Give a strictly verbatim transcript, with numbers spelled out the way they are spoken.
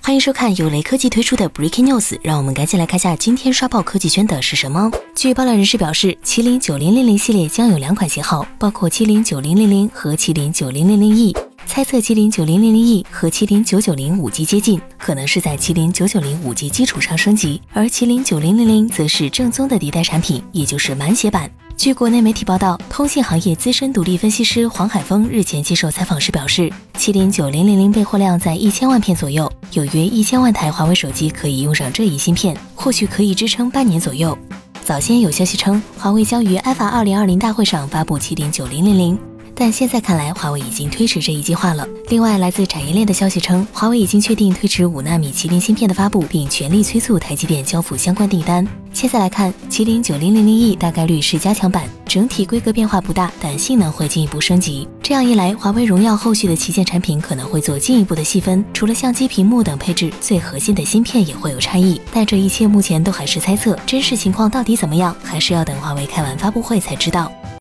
欢迎收看由雷科技推出的 Breaking News， 让我们赶紧来看下今天刷爆科技圈的是什么。据爆料人士表示，麒麟九零零零系列将有两款型号，包括麒麟九零零零和麒麟九零零零 E。猜测麒麟九零零零 E 和麒麟九九零 五 G 接近，可能是在麒麟九九零 五 G 基础上升级，而麒麟九零零零则是正宗的迭代产品，也就是满血版。据国内媒体报道，通信行业资深独立分析师黄海峰日前接受采访时表示，麒麟九零零零备货量在一千万片左右，有约一千万台华为手机可以用上这一芯片，或许可以支撑半年左右。早先有消息称，华为将于 I F A 二零二零大会上发布麒麟九零零零。但现在看来，华为已经推迟这一计划了。另外，来自产业链的消息称，华为已经确定推迟五纳米麒麟芯片的发布，并全力催促台积电交付相关订单。现在来看，麒麟九零零零 E 大概率是加强版，整体规格变化不大，但性能会进一步升级。这样一来，华为荣耀后续的旗舰产品可能会做进一步的细分，除了相机、屏幕等配置，最核心的芯片也会有差异。但这一切目前都还是猜测，真实情况到底怎么样，还是要等华为开完发布会才知道。